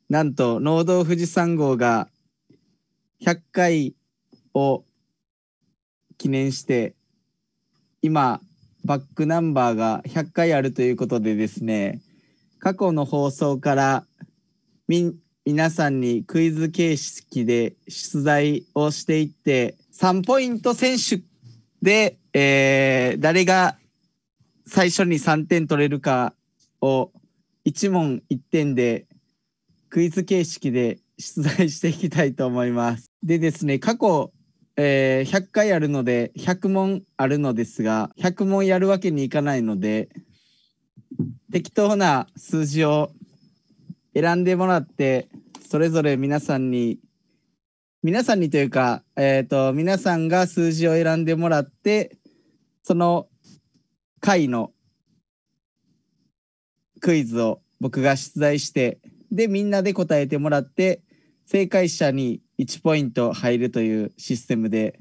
なんと農道富士山号が100回を記念して今バックナンバーが100回あるということでですね、過去の放送から皆さんにクイズ形式で出題をしていって3ポイント選手で、誰が最初に3点取れるかを1問1点でクイズ形式で出題していきたいと思います。でですね、過去、100回あるので100問あるのですが、100問やるわけにいかないので、適当な数字を選んでもらって、それぞれ皆さんにというか、皆さんが数字を選んでもらって、その回のクイズを僕が出題して、でみんなで答えてもらって正解者に1ポイント入るというシステムで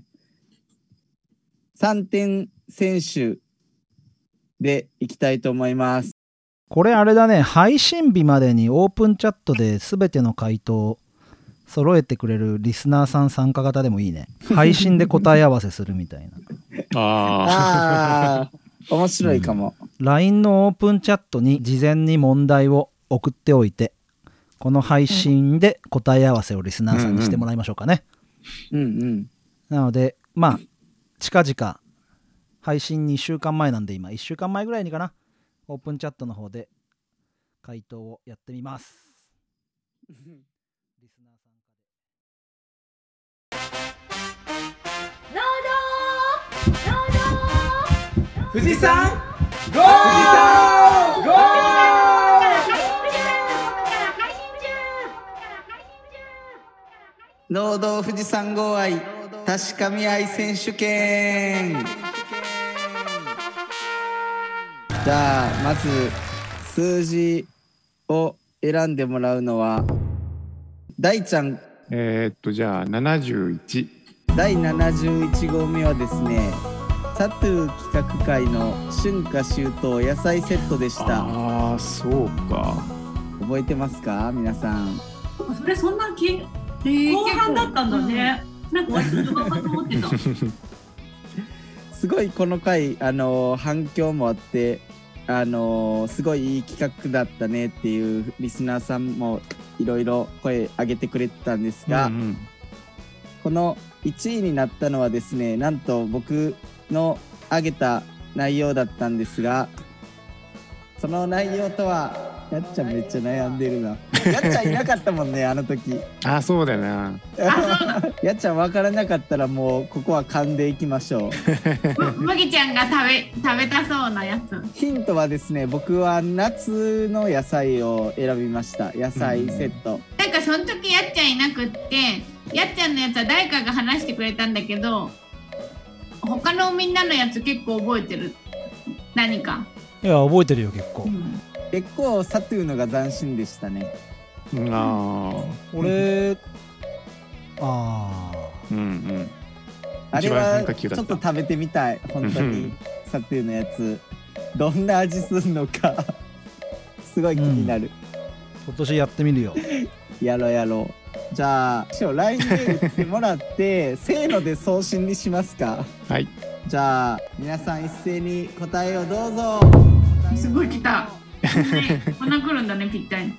3点選手でいきたいと思います。 これあれだね、配信日までにオープンチャットで全ての回答を揃えてくれるリスナーさん参加型でもいいね。配信で答え合わせするみたいな。 あー面白いかも、 LINE のオープンチャットに事前に問題を送っておいて、この配信で答え合わせをリスナーさんにしてもらいましょうかね。なのでまあ近々配信2週間前なんで、今1週間前ぐらいにかな、オープンチャットの方で回答をやってみます。リスナー参加で富士山ゴー農道富士山号愛確かみ合い選手権。じゃあまず数字を選んでもらうのは大ちゃん。 じゃあ71。 第71号目はですね、サトゥー企画会の春夏秋冬野菜セットでした。 ああ、そうか。 覚えてますか皆さん。 それそんな後半だったんだね。なんか割と序盤かと思ってた。 すごいこの回反響もあってすごいいい企画だったねっていうリスナーさんもいろいろ声上げてくれてたんですが、この1位になったのはですね、なんと僕の上げた内容だったんですが、その内容とはやっちゃんめっちゃ悩んでるな。やっちゃんいなかったもんねあの時。 あ、そうだよな。 やっちゃん分からなかったらもうここは噛んでいきましょう。 麦ちゃんが食べたそうなやつ。 ヒントはですね、僕は夏の野菜を選びました。野菜セット、 なんかその時やっちゃんいなくって、やっちゃんのやつは誰かが話してくれたんだけど、他のみんなのやつ結構覚えてる？何か？ いや覚えてるよ結構、 結構サトゥーのが斬新でしたね。 俺あれはちょっと食べてみたい本当に。サトゥーのやつどんな味するのかすごい気になる、 今年やってみるよ。 やろう。じゃあLINE で打ってもらってせーので送信にしますか。 はい。 じゃあ皆さん一斉に答えをどうぞ。 すごい来た。こんな来るんだね、ぴったり。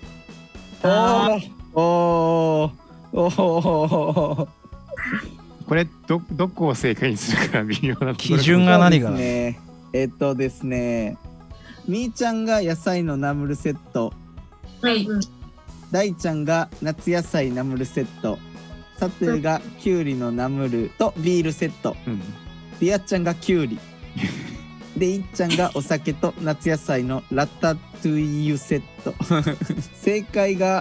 おこれどこを正解にするか微妙なところ。 基準が何が？ ですね、みーちゃんが野菜のナムルセット、大ちゃんが夏野菜ナムルセット、サトゥーがきゅうりのナムルとビールセット、でやっちゃんがきゅうりで、いっちゃんがお酒と夏野菜のラタトゥイユセット。正解が、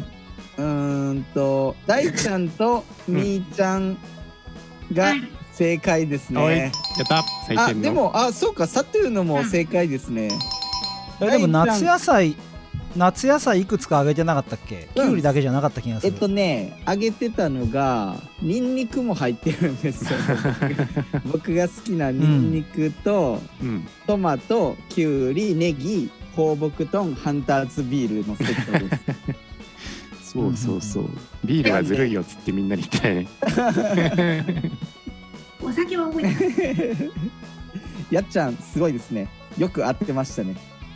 大ちゃんとみーちゃんが正解ですね。 やった。 あ、でもそうか、サトゥーのも正解ですね。 でも夏野菜いくつかあげてなかったっけ？きゅうりだけじゃなかった気がする。 あげてたのがニンニクも入ってるんですよ。僕が好きなニンニクと、トマト、きゅうり、ネギ、放牧豚、ハンターズビールのセットです。 そうそうそう。ビールがずるいよっつってみんなに言ったよね。 お酒は覚えてない。 やっちゃんすごいですね。よく合ってましたね。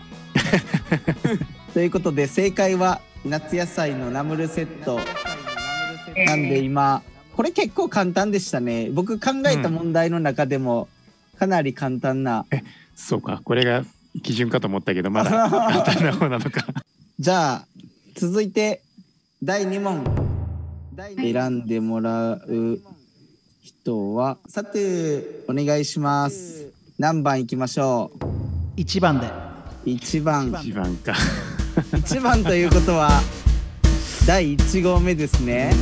ということで正解は夏野菜のナムルセットなんで、今これ結構簡単でしたね。僕考えた問題の中でもかなり簡単な、 そうか、これが基準かと思ったけどまだ簡単な方なのか。 じゃあ続いて第2問選んでもらう人はさてお願いします。何番いきましょう。 1番で。 1番 1番か。 1番ということは第1号目ですね。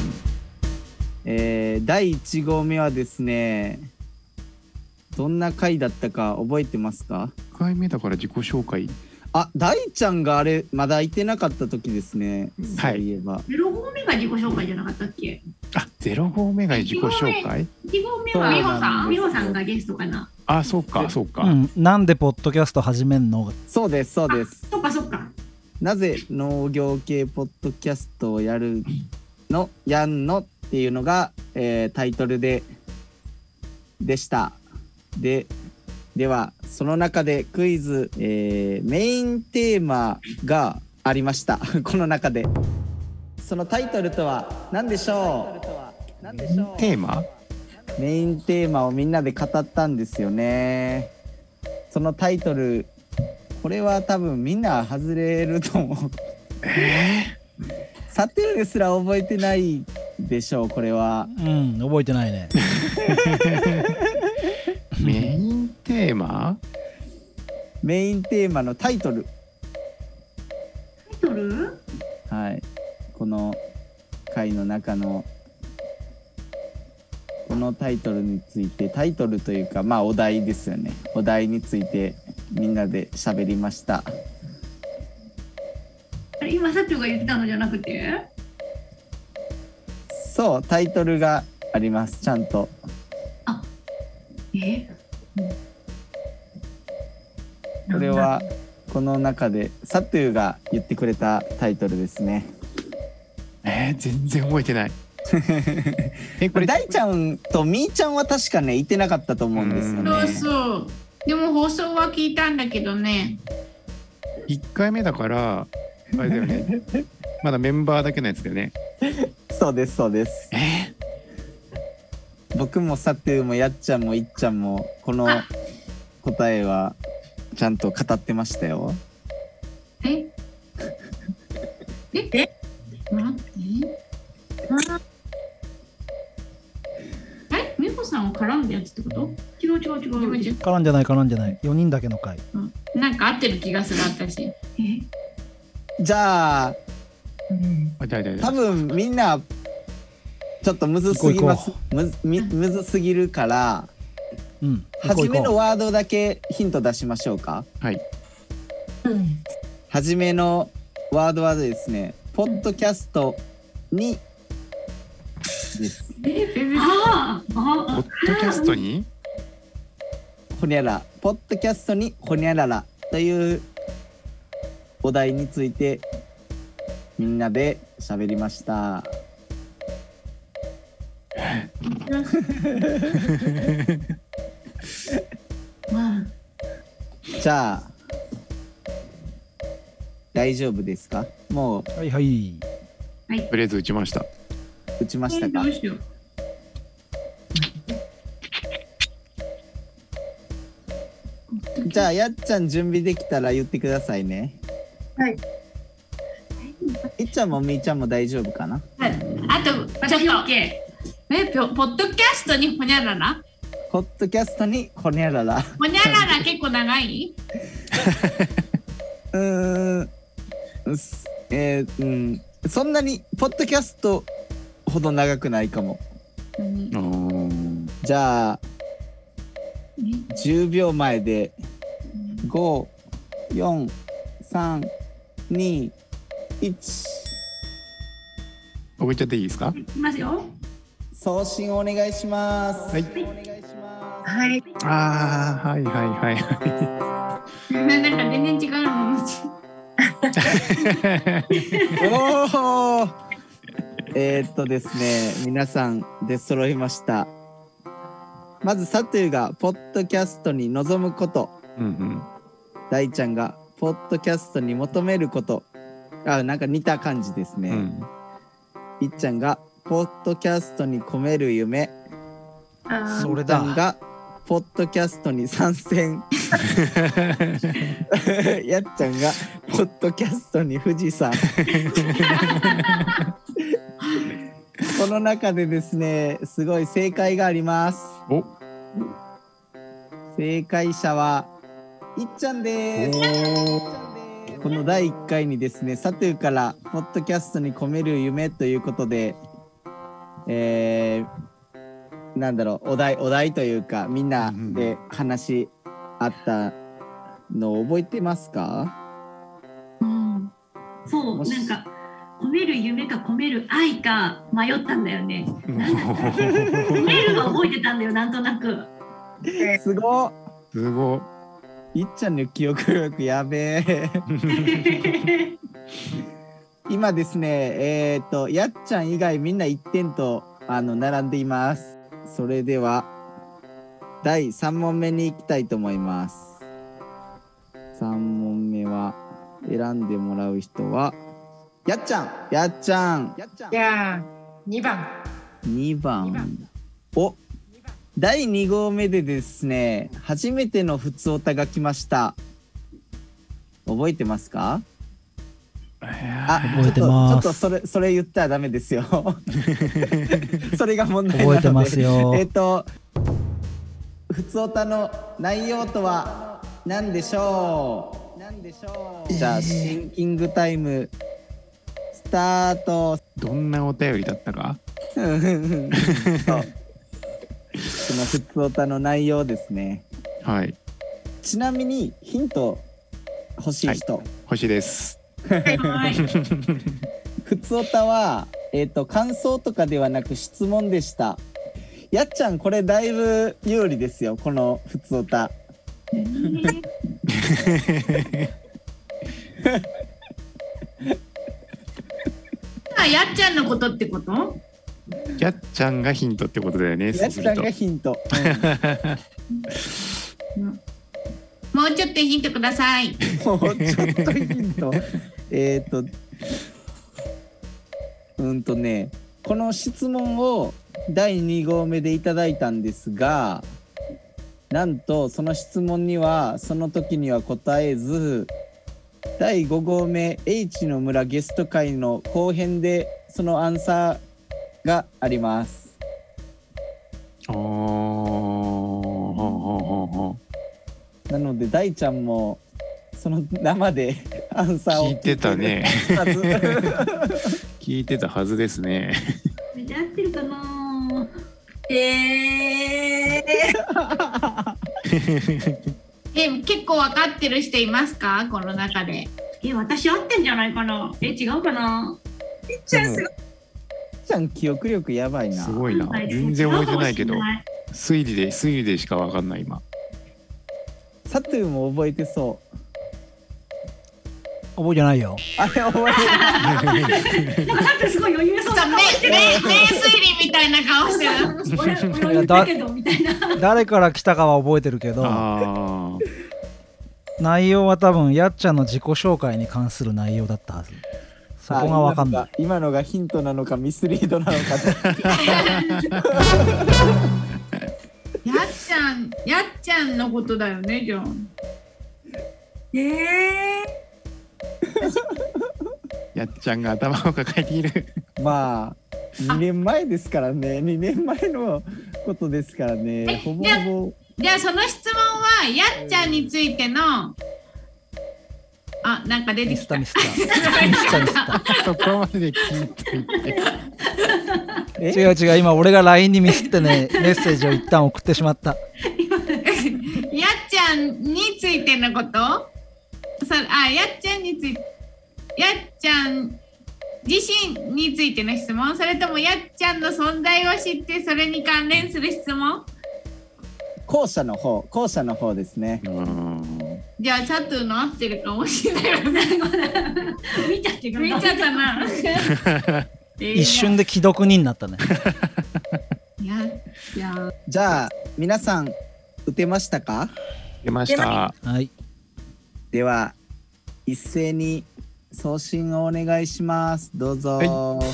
第1号目はですね、どんな回だったか覚えてますか ？1回目だから自己紹介。 あ、大ちゃんがあれまだいてなかった時ですね。 はい。 そういえば 0号目が自己紹介じゃなかったっけ？ あ、0号目が自己紹介。 1号目は美穂さんがゲストかな。 あ、そうかそうか。 なんでポッドキャスト始めんの？ そうですそうです。 そっかそっか。 なぜ農業系ポッドキャストをやんのっていうのが、タイトルでした。ではその中でクイズ、メインテーマがありました。この中でそのタイトルとは何でしょう？ テーマ？ メインテーマをみんなで語ったんですよね。そのタイトル、これは多分みんな外れると思う。サテルですら覚えてないでしょう。これは覚えてないね。 メインテーマ？ メインテーマのタイトル。はい、この回の中のこのタイトルについて、タイトルというかまあお題ですよね。お題についてみんなで喋りました。 今サトゥが言ってたのじゃなくて？ そう、タイトルがあります、ちゃんと。 あ、 これはこの中でサトゥが言ってくれたタイトルですね。 全然覚えてない。 これ大ちゃんとみーちゃんは確かねいてなかったと思うんですよね。 そうそう。でも放送は聞いたんだけどね。 1回目だからあれだよね。まだメンバーだけのやつだよね。 そうですそうです。僕もサトゥもやっちゃんもいっちゃんもこの答えはちゃんと語ってましたよ。 美穂さんを絡んだやつってこと？違う。 絡んじゃない4人だけの回。 なんか合ってる気がする私。 じゃあ多分みんなちょっとむずすぎます。むずすぎるから、初めのワードだけヒント出しましょうか。 はい。 初めのワードはですね、ポッドキャストにです。 ポッドキャストにほにゃらポッドキャストにほにゃららというお題についてみんなで喋りました。じゃあ大丈夫ですか？もうはい。 とりあえず打ちました。 打ちましたか？じゃあやっちゃん準備できたら言ってくださいね。 はい。 いっちゃんもみーちゃんも大丈夫かな？ あとちょっとポッドキャストにほにゃらら？ ポッドキャストにほにゃらら。 ほにゃらら結構長い？ そんなにポッドキャストほど長くないかも。じゃあ10秒前で5、4、3、2、1。 覚えちゃっていいですか？ いきますよ。 送信お願いします。 はい。 はい。 はい。 なんか全然違うの。 おお。ですね、皆さん出揃いました。まずサトゥーがポッドキャストに望むこと、大ちゃんがポッドキャストに求めること、なんか似た感じですね。いっちゃんがポッドキャストに込める夢、 それだ。 いっちゃんがポッドキャストに参戦やっちゃんがポッドキャストに富士山この中でですね、すごい正解があります。正解者はいっちゃんです。この第1回にですね、サトゥーからポッドキャストに込める夢ということで、なんだろう、お題というか、みんなで話し合ったのを覚えてますか？ そう、なんか込める夢か込める愛か迷ったんだよね。込めるは覚えてたんだよ、なんとなく。 すごっ。 すごっ。 いっちゃんの記憶力やべえ。今ですね、やっちゃん以外みんな1点と並んでいます。それでは第3問目に行きたいと思います。3問目は選んでもらう人はやっちゃん。 じゃあ2番。 お、第2号目でですね、初めてのふつおたが来ました。覚えてますか？ 覚えてます。 ちょっとそれ言ったらダメですよ。それが問題なので。 覚えてますよ。 ふつおたの内容とは何でしょう？じゃあシンキングタイムスタート。 どんなお便りだったか？ このふつおたの内容ですね。 はい。 ちなみにヒント欲しい人。 はい、欲しいです。 ふつおたは感想とかではなく質問でした。やっちゃん、これだいぶ有利ですよ、このふつおた。 やっちゃんのことってこと？ やっちゃんがヒントってことだよね。 やっちゃんがヒント。 もうちょっとヒントください。 もうちょっとヒント。この質問を第2号目でいただいたんですが、なんとその質問にはその時には答えず、第5号目 H の村ゲスト会の後編でそのアンサーがあります。なので大ちゃんもその生でアンサーを聞いてたね。聞いてたはずですね。 やってるかな。 結構分かってる人いますか、この中で？ 私合ってんじゃないかな。違うかな。 いっちゃんすごい。 ちゃん記憶力やばいな。 すごいな。全然覚えてないけど、推理でしか分かんない今。 サトゥーも覚えてそう。 覚えてないよ。 あれ覚えてない。なんかサトゥーすごい余裕そうな顔してる。 名推理みたいな顔してる。 俺言ったけどみたいな。 誰から来たかは覚えてるけど、内容は多分やっちゃんの自己紹介に関する内容だったはず。そこが分かんない。 今のがヒントなのかミスリードなのか。 やっちゃんのことだよね、じゃあ。 やっちゃんが頭を抱えている。 まあ2年前ですからね。2年前のことですからね。ほぼほぼ。 じゃあその質問はやっちゃんについてのなんか出てきた。 ミスった。 そこまで聞いていて。 違う、今俺が LINE にミスってね、メッセージを一旦送ってしまった。 やっちゃんについてのこと？やっちゃんについて、やっちゃん自身についての質問？それともやっちゃんの存在を知ってそれに関連する質問？ 後者の方ですね。 じゃあチャットゥの合ってるかもしれない。 見ちゃったな。 一瞬で既読になったね。 じゃあ皆さん打てましたか？ 出ました。 はい。では一斉に送信をお願いします。どうぞ。はい、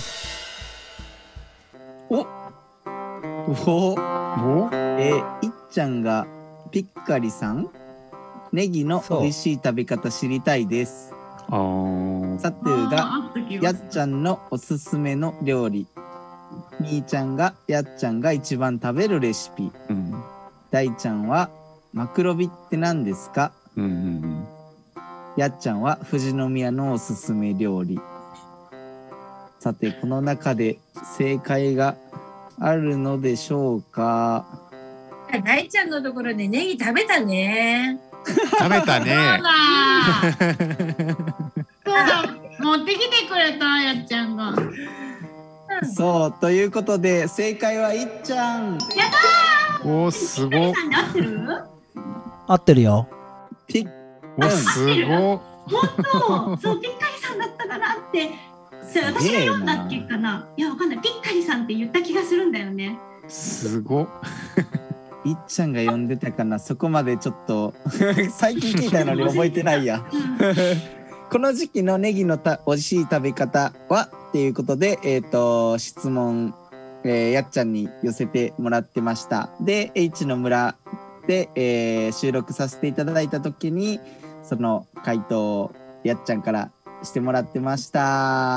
いっちゃんがピッカリさん、ネギの美味しい食べ方知りたいです。サトゥーがやっちゃんのおすすめの料理、みーちゃんがやっちゃんが一番食べるレシピ、大ちゃんはマクロビって何ですか？やっちゃんは富士宮のおすすめ料理。さてこの中で正解があるのでしょうか？ 大ちゃんのところでネギ食べたね。 食べたね。 そうだ、持ってきてくれたやっちゃんが。 そうということで正解はいっちゃん。 やったー。お、すごい。 合ってるよ。 お、すご。 本当、そうピッカリさんだったかなって。私が読んだっけかな。いやわかんない。ピッカリさんって言った気がするんだよね。 すご。 いっちゃんが読んでたかな。そこまでちょっと最近聞いたのに覚えてないや。この時期のネギの美味しい食べ方はっていうことで、質問、やっちゃんに寄せてもらってました。で H の村で、収録させていただいた時にその回答をやっちゃんからしてもらってました。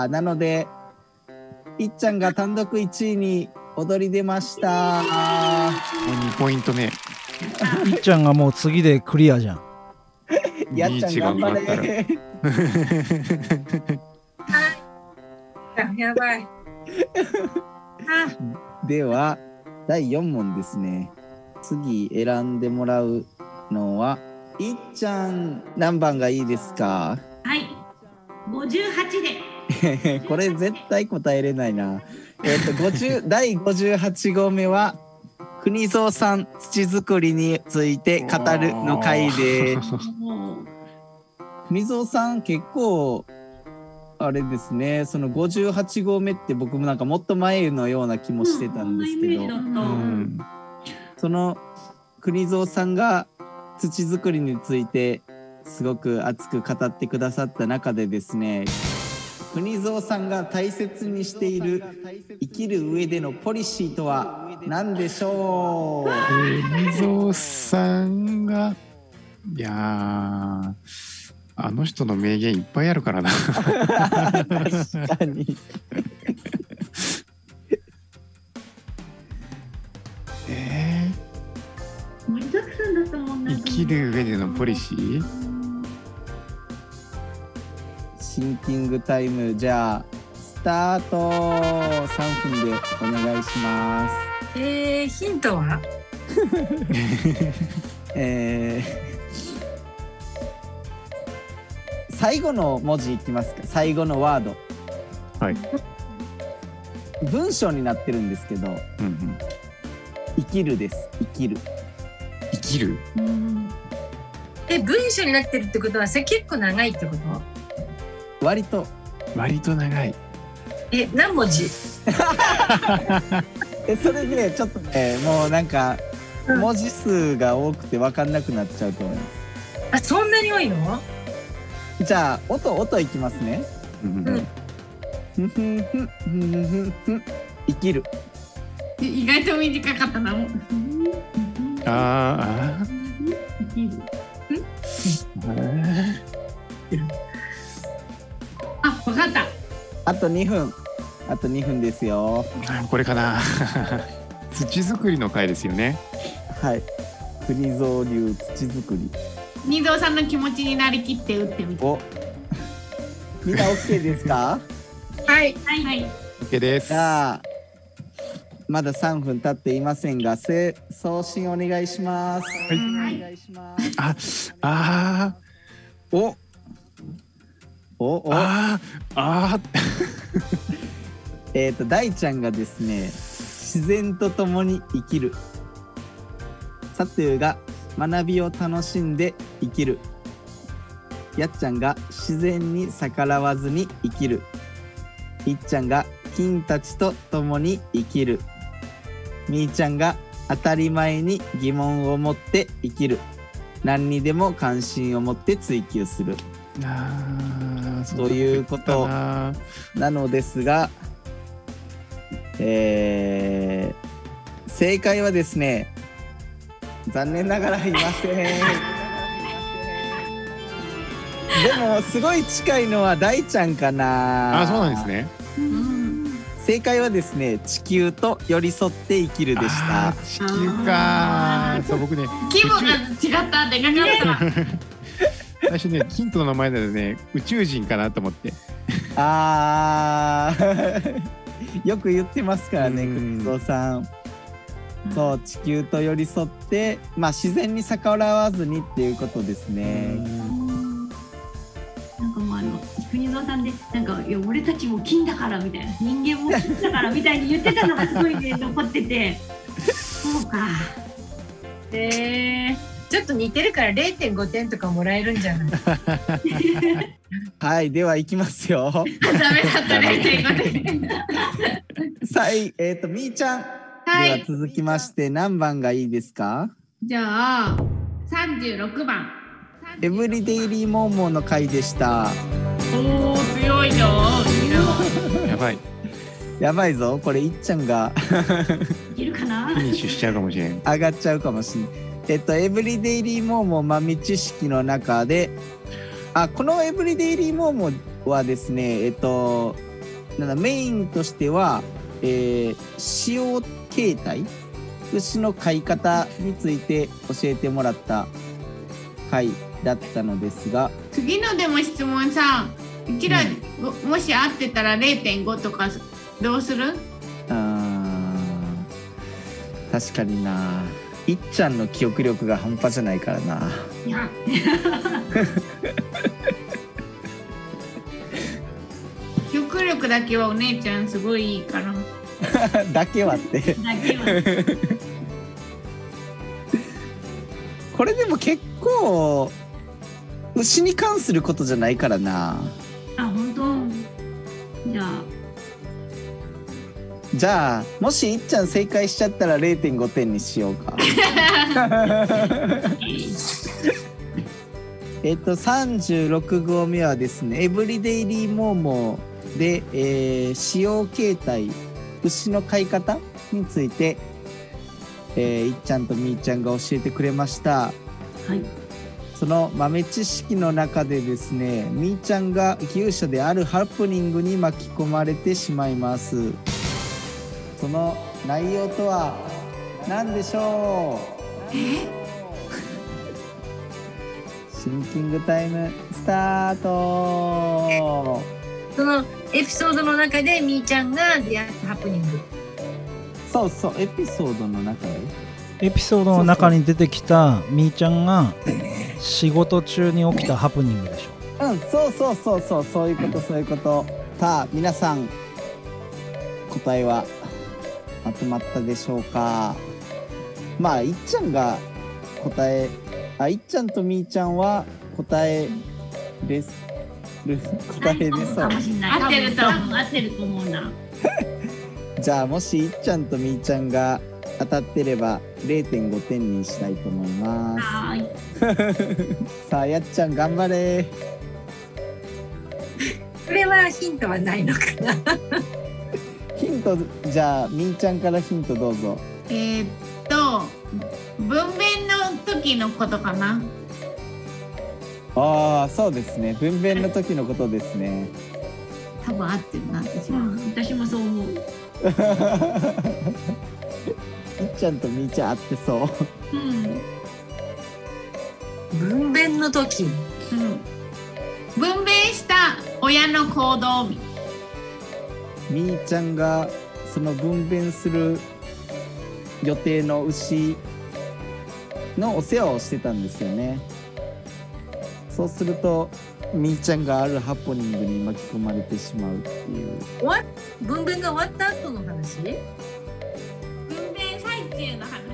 なのでいっちゃんが単独1位に踊り出ました。 2ポイント目。 いっちゃんがもう次でクリアじゃん。 やっちゃん頑張れ。 やばい。 では第4問ですね。次選んでもらうのはいっちゃん、何番がいいですか？ はい、58 で。これ絶対答えれないな。第58号目は国蔵さん土作りについて語るの回で。国蔵さん結構あれですね。その58号目って僕もなんかもっと前のような気もしてたんですけど、その国蔵さんが土作りについてすごく熱く語ってくださった中でですね、国蔵さんが大切にしている生きる上でのポリシーとは何でしょう？ 国蔵さんが、いやー、あの人の名言いっぱいあるからな。 確かに。 盛りだくさんだったもんな。 生きる上でのポリシー？ シンキングタイム、じゃあスタート。3分でお願いします。 ヒントは？ 最後の文字いきますか。最後のワード。 はい。 文章になってるんですけど、生きるです。生きる。 生きる？ 文章になってるってことはそれ結構長いってこと？ 割と長い。 何文字？ それでちょっとね、もうなんか文字数が多くて分かんなくなっちゃうと思います。 あ、そんなに多いの？ じゃあ音いきますね。生きる。 意外と短かったな。あ、分かった。 あと2分。あと2分ですよ。 これかな。土作りの回ですよね。 はい。国蔵流土作り。 二蔵さんの気持ちになりきって打ってみて。 お。みんな OK ですか？ はい。 OK です。 じゃあまだ3分経っていませんが、送信お願いします。 はい。お願いします。 大ちゃんがですね、自然と共に生きる。サトゥーが学びを楽しんで生きる。 やっちゃんが自然に逆らわずに生きる。いっちゃんが金たちと共に生きる。みーちゃんが当たり前に疑問を持って生きる。何にでも関心を持って追求する。ということなのですが、正解はですね、残念ながらいません。でもすごい近いのは大ちゃんかな。 そうなんですね。 正解はですね、地球と寄り添って生きるでした。 地球か。そう、僕ね、 規模が違った。でかかった。 最初ね、ヒントの前なのでね、宇宙人かなと思って。 よく言ってますからね、くつぞうさん。そう、地球と寄り添って、自然に逆らわずにっていうことですね。 なんかもう国蔵さんでなんかいや俺たちも金だからみたいな、人間も金だからみたいに言ってたのがすごいね残ってて、そうか。 ちょっと似てるから 0.5 点とかもらえるんじゃない？ はい、では行きますよ。 ダメだった0.5点。 みーちゃん、では続きまして何番がいいですか？ じゃあ36番。 エブリデイリーモーモーの回でした。 おー、強いよ。 やばい。 やばいぞ、これいっちゃんがいけるかな？ フィニッシュしちゃうかもしれん。 上がっちゃうかもしれない。エブリデイリーモーモー豆知識の中で、このエブリデイリーモーモーはですね、メインとしては、使用形態、牛の飼い方について教えてもらった回だったのですが、 次のでも質問さ、うちら、もし合ってたら 0.5 とかどうする？ 確かにな。いっちゃんの記憶力が半端じゃないからな。 いや記憶力だけはお姉ちゃんすごいいいから。 だけはって。 だけは。 これでも結構牛に関することじゃないからな。 本当。 じゃあもしいっちゃん正解しちゃったら 0.5 点にしようか。36号目はですね、エブリデイリーモーモーで、使用形態、牛の飼い方について、いっちゃんとみーちゃんが教えてくれました。 はい。 その豆知識の中でですね、みーちゃんが牛舎であるハプニングに巻き込まれてしまいます。その内容とは何でしょう？シンキングタイムスタート。 そのエピソードの中でみーちゃんが出会ったハプニング。 そうそう、エピソードの中で。 エピソードの中に出てきたみーちゃんが仕事中に起きたハプニングでしょ。 そういうこと。さあ皆さん、答えは集まったでしょうか？いっちゃんがいっちゃんとみーちゃんは答えです。答えでそう。 合ってると思うな。 じゃあもしいっちゃんとみーちゃんが当たってれば 0.5 点にしたいと思います。 はい。 さあやっちゃん頑張れ。 これはヒントはないのかな？ ヒント、じゃあみーちゃんからヒントどうぞ。 分娩の時のことかな。 そうですね、分娩の時のことですね。 多分合ってるな、 私もそう思う。 いっちゃんとみーちゃん合ってそう。 分娩の時、 分娩した親の行動。 みーちゃんがその分娩する予定の牛のお世話をしてたんですよね。そうするとみーちゃんがあるハプニングに巻き込まれてしまうっていう。 分娩が終わった後の話？ 分娩最中の話。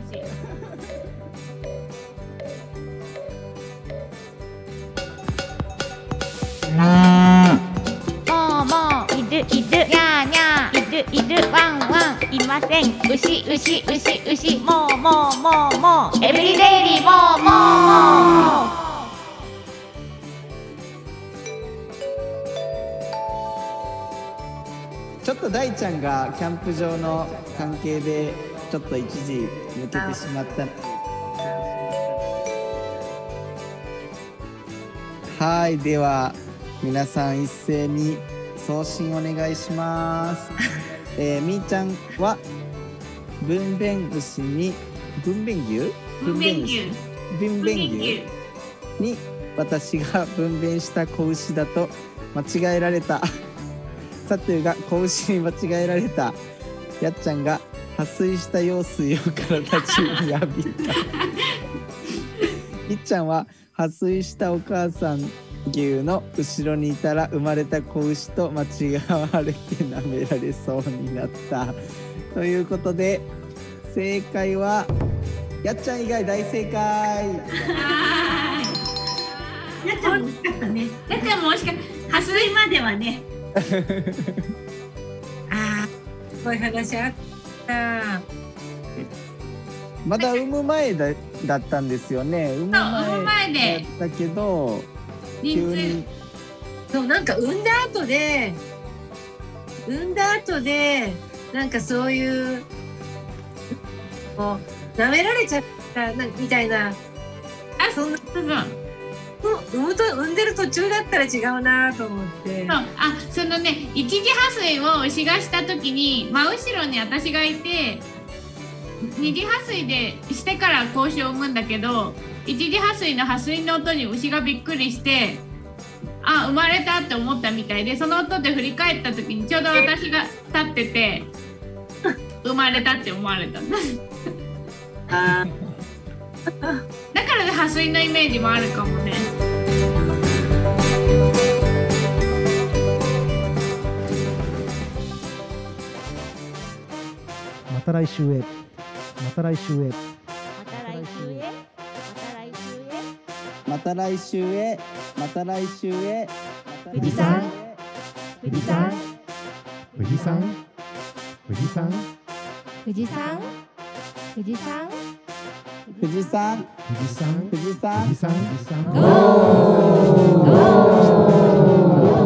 もういるいるにゃーにゃーいるいるワンワンいません牛牛牛牛もうもうもうもうエブリデイリーもうもうもうちょっと大ちゃんがキャンプ場の関係でちょっと一時抜けてしまったはい、では皆さん一斉に送信お願いしますみーちゃんは分娩牛に分娩牛分娩牛分娩牛に私が分娩した子牛だと間違えられたサトゥが子牛に間違えられたやっちゃんが破水した羊水を体中に浴びたいっちゃんは破水したお母さん牛の後ろにいたら生まれた子牛と間違われて舐められそうになったということで正解はやっちゃん以外大正解やっちゃんも惜しかったね。 やっちゃんも惜しかった。 破水まではね。 ああ、すごい話あった。 まだ産む前だったんですよね。産む前だったけど急にそうなんか産んだ後でなんかそういうこう舐められちゃったみたいな。そんな産んでる途中だったら違うなと思って。 そのね一次破水を牛がした時に真後ろに私がいて二次破水でしてから子牛を産むんだけど一次破水の破水の音に牛がびっくりして生まれたって思ったみたいでその音で振り返った時にちょうど私が立ってて生まれたって思われたんだだから破水のイメージもあるかもね。 また来週へ。また来週へ。 また来週へ。また来週へ。 富士山富士山富士山富士山富士山富士山富士山富士山富士山富士山ゴー